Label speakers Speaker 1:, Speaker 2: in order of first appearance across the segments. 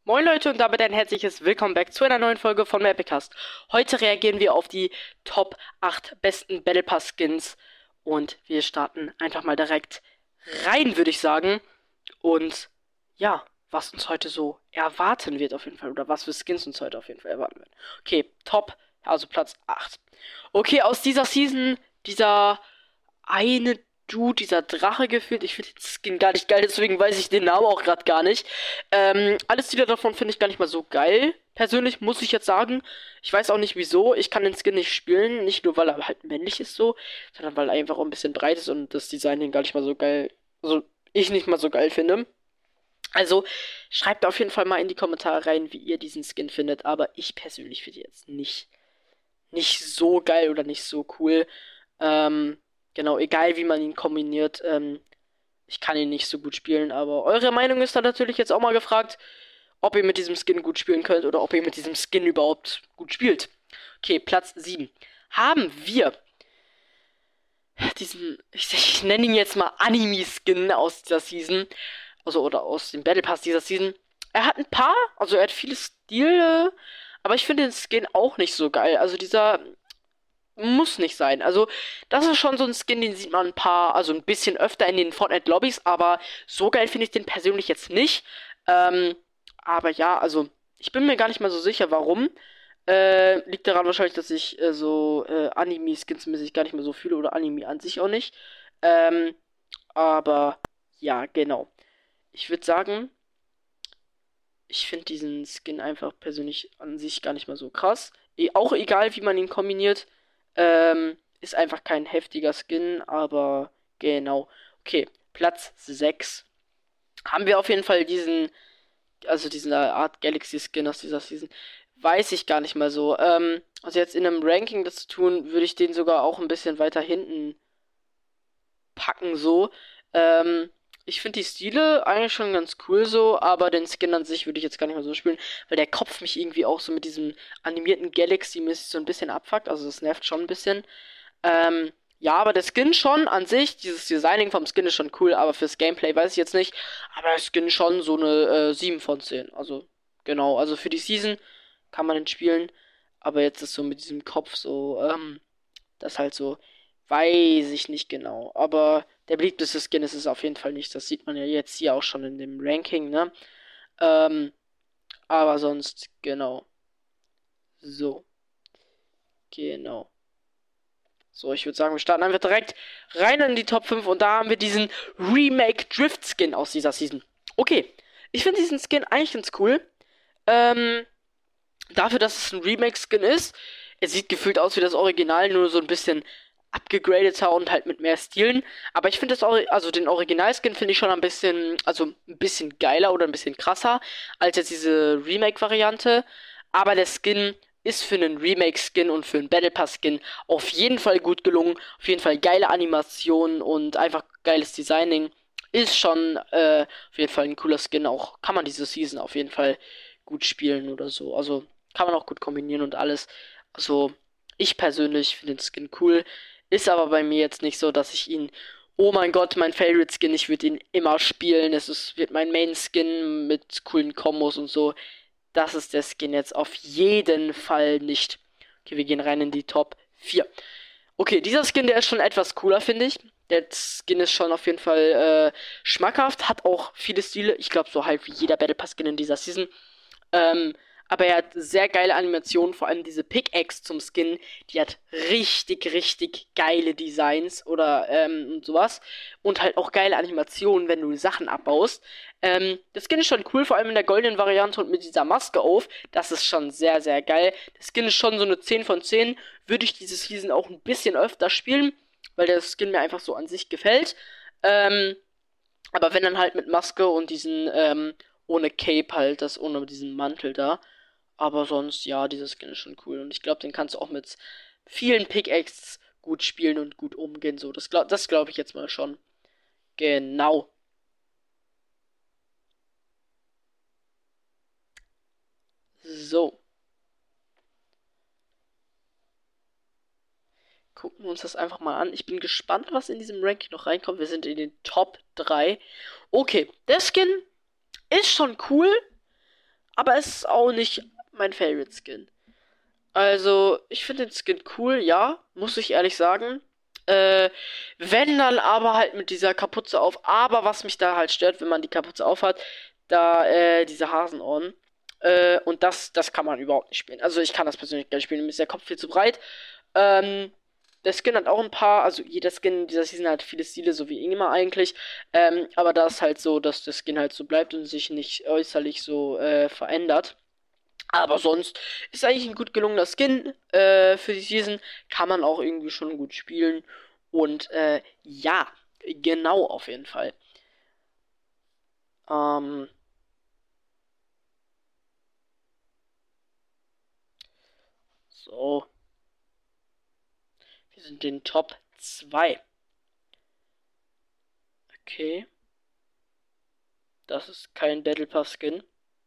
Speaker 1: Moin Leute und damit ein herzliches Willkommen back zu einer neuen Folge von Mapicast. Heute reagieren wir auf die Top 8 besten Battle Pass Skins und wir starten einfach mal direkt rein, würde ich sagen. Und ja, was uns heute so erwarten wird auf jeden Fall oder was für Skins uns heute auf jeden Fall erwarten werden. Okay, Top, also Platz 8. Okay, aus dieser Season, dieser eine Dude, dieser Drache gefühlt. Ich finde den Skin gar nicht geil, deswegen weiß ich den Namen auch gerade gar nicht. Alles Lieder davon finde ich gar nicht mal so geil. Persönlich muss ich jetzt sagen. Ich weiß auch nicht wieso. Ich kann den Skin nicht spielen. Nicht nur, weil er halt männlich ist so, sondern weil er einfach auch ein bisschen breit ist und das Design den gar nicht mal so geil. Also ich nicht mal so geil finde. Also schreibt auf jeden Fall mal in die Kommentare rein, wie ihr diesen Skin findet. Aber ich persönlich finde ihn jetzt nicht so geil oder nicht so cool. Genau, egal wie man ihn kombiniert. Ich kann ihn nicht so gut spielen, aber eure Meinung ist dann natürlich jetzt auch mal gefragt, ob ihr mit diesem Skin gut spielen könnt oder ob ihr mit diesem Skin überhaupt gut spielt. Okay, Platz 7. Haben wir diesen, ich nenne ihn jetzt mal Anime-Skin aus dieser Season. Also, oder aus dem Battle Pass dieser Season. Er hat ein paar, also er hat viele Stile, aber ich finde den Skin auch nicht so geil. Also dieser muss nicht sein. Also, das ist schon so ein Skin, den sieht man also ein bisschen öfter in den Fortnite-Lobbys, aber so geil finde ich den persönlich jetzt nicht. Ähm, aber ja, also, ich bin mir gar nicht mal so sicher, warum. Liegt daran wahrscheinlich, dass ich Anime-Skins-mäßig gar nicht mehr so fühle oder Anime an sich auch nicht. Ähm, aber ja, genau. Ich würde sagen, ich finde diesen Skin einfach persönlich an sich gar nicht mal so krass. Auch egal, wie man ihn kombiniert. Ist einfach kein heftiger Skin, aber genau. Okay, Platz 6. Haben wir auf jeden Fall diesen Art Galaxy Skin aus dieser Season. Weiß ich gar nicht mal so. Also jetzt in einem Ranking das zu tun, würde ich den sogar auch ein bisschen weiter hinten packen, so. Ähm, Ich finde die Stile eigentlich schon ganz cool so, aber den Skin an sich würde ich jetzt gar nicht mehr so spielen, weil der Kopf mich irgendwie auch so mit diesem animierten Galaxy-mäßig so ein bisschen abfuckt. Also das nervt schon ein bisschen. Ja, aber der Skin schon an sich, dieses Designing vom Skin ist schon cool, aber fürs Gameplay weiß ich jetzt nicht. Aber der Skin schon so eine 7 von 10. Also, genau, also für die Season kann man den spielen. Aber jetzt ist so mit diesem Kopf so, das halt so, weiß ich nicht genau. Aber der beliebteste Skin ist es auf jeden Fall nicht. Das sieht man ja jetzt hier auch schon in dem Ranking, ne? Ähm, aber sonst, genau. So, genau. So, ich würde sagen, wir starten einfach direkt rein in die Top 5 und da haben wir diesen Remake Drift Skin aus dieser Season. Okay, ich finde diesen Skin eigentlich ganz cool. Ähm, Dafür, dass es ein Remake-Skin ist, er sieht gefühlt aus wie das Original, nur so ein bisschen abgegradeter und halt mit mehr Stilen. Aber ich finde also den Original-Skin finde ich schon also ein bisschen geiler oder ein bisschen krasser als jetzt diese Remake-Variante. Aber der Skin ist für einen Remake-Skin und für einen Battle Pass-Skin auf jeden Fall gut gelungen. Auf jeden Fall geile Animationen und einfach geiles Designing. Ist schon auf jeden Fall ein cooler Skin. Auch kann man diese Season auf jeden Fall gut spielen oder so. Also kann man auch gut kombinieren und alles. Also ich persönlich finde den Skin cool. Ist aber bei mir jetzt nicht so, dass ich ihn. Oh mein Gott, mein Favorite Skin, ich würde ihn immer spielen. Wird mein Main Skin mit coolen Kombos und so. Das ist der Skin jetzt auf jeden Fall nicht. Okay, wir gehen rein in die Top 4. Okay, dieser Skin, der ist schon etwas cooler, finde ich. Der Skin ist schon auf jeden Fall schmackhaft, hat auch viele Stile. Ich glaube, so halt wie jeder Battle Pass Skin in dieser Season. Ähm, aber er hat sehr geile Animationen, vor allem diese Pickaxe zum Skin, die hat richtig geile Designs oder und sowas. Und halt auch geile Animationen, wenn du Sachen abbaust. Das Skin ist schon cool, vor allem in der goldenen Variante und mit dieser Maske auf. Das ist schon sehr geil. Das Skin ist schon so eine 10 von 10. Würde ich diese Season auch ein bisschen öfter spielen, weil der Skin mir einfach so an sich gefällt. Ähm, aber wenn dann halt mit Maske und ohne Cape halt, ohne diesen Mantel da. Aber sonst, ja, dieser Skin ist schon cool. Und ich glaube, den kannst du auch mit vielen Pickaxes gut spielen und gut umgehen. So, das glaube ich jetzt mal schon. Genau. So. Gucken wir uns das einfach mal an. Ich bin gespannt, was in diesem Ranking noch reinkommt. Wir sind in den Top 3. Okay, der Skin ist schon cool. aber es ist auch nicht mein Favorite Skin. Also, ich finde den Skin cool, ja, muss ich ehrlich sagen. Wenn dann aber halt mit dieser Kapuze auf. Aber was mich da halt stört, wenn man die Kapuze auf hat, da diese Hasenohren. Und das kann man überhaupt nicht spielen. Also ich kann das persönlich gar nicht spielen. Mir ist der Kopf viel zu breit. Ähm, Der Skin hat auch ein paar, also jeder Skin in dieser Season hat viele Stile, so wie immer eigentlich. Aber da ist halt so, dass der Skin halt so bleibt und sich nicht äußerlich so verändert. Aber sonst ist eigentlich ein gut gelungener Skin für die Season. Kann man auch irgendwie schon gut spielen. Und ja, genau auf jeden Fall. Ähm, so, wir sind den Top 2. Okay, das ist kein Battle Pass Skin.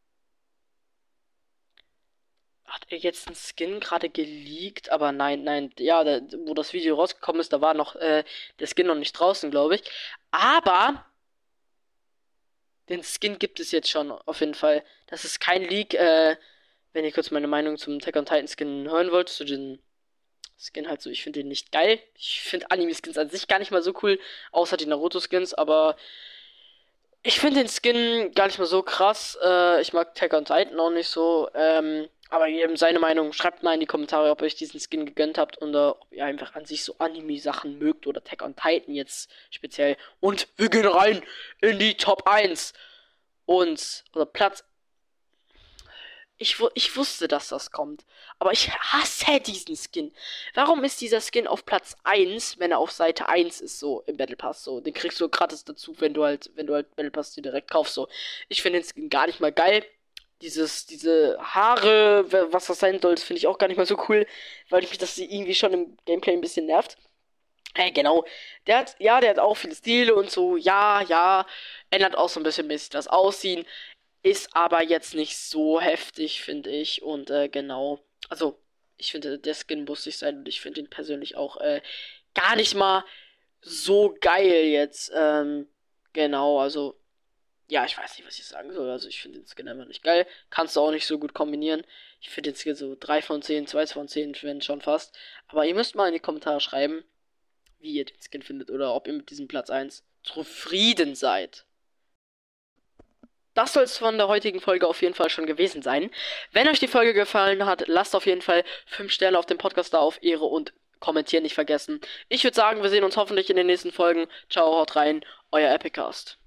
Speaker 1: Hat er jetzt einen Skin gerade geleakt? Aber nein, nein, ja, wo das Video rausgekommen ist, da war noch der Skin noch nicht draußen, glaube ich. Aber den Skin gibt es jetzt schon, auf jeden Fall. Das ist kein Leak. Wenn ihr kurz meine Meinung zum Attack on Titan Skin hören wollt, zu den Skin halt so, ich finde den nicht geil. Ich finde Anime-Skins an sich gar nicht mal so cool, außer die Naruto-Skins, aber ich finde den Skin gar nicht mal so krass. Ich mag Attack on Titan auch nicht so. Aber jedem seine Meinung. Schreibt mal in die Kommentare, ob ihr euch diesen Skin gegönnt habt oder ob ihr einfach an sich so Anime-Sachen mögt oder Attack on Titan jetzt speziell. Und wir gehen rein in die Top 1. Und, oder Platz. Ich wusste, dass das kommt. Aber ich hasse diesen Skin. Warum ist dieser Skin auf Platz 1, wenn er auf Seite 1 ist, so im Battle Pass? So, den kriegst du gratis dazu, wenn du halt Battle Pass dir direkt kaufst. So, ich finde den Skin gar nicht mal geil. Diese Haare, was das sein soll, das finde ich auch gar nicht mal so cool, weil mich das irgendwie schon im Gameplay ein bisschen nervt. Genau. Der hat auch viele Stile und so, ja, ja. Ändert auch so ein bisschen mäßig das Aussehen. Ist aber jetzt nicht so heftig, finde ich. Und genau. Also, ich finde, der Skin muss sich sein und ich finde ihn persönlich auch gar nicht mal so geil jetzt. Genau, also. Ja, ich weiß nicht, was ich sagen soll. Also, ich finde den Skin einfach nicht geil. Kannst du auch nicht so gut kombinieren. Ich finde den Skin so 3 von 10, 2 von 10, wenn schon fast. Aber ihr müsst mal in die Kommentare schreiben, wie ihr den Skin findet oder ob ihr mit diesem Platz 1 zufrieden seid. Das soll es von der heutigen Folge auf jeden Fall schon gewesen sein. Wenn euch die Folge gefallen hat, lasst auf jeden Fall 5 Sterne auf dem Podcast da, auf Ehre, und kommentieren nicht vergessen. Ich würde sagen, wir sehen uns hoffentlich in den nächsten Folgen. Ciao, haut rein, euer Epicast.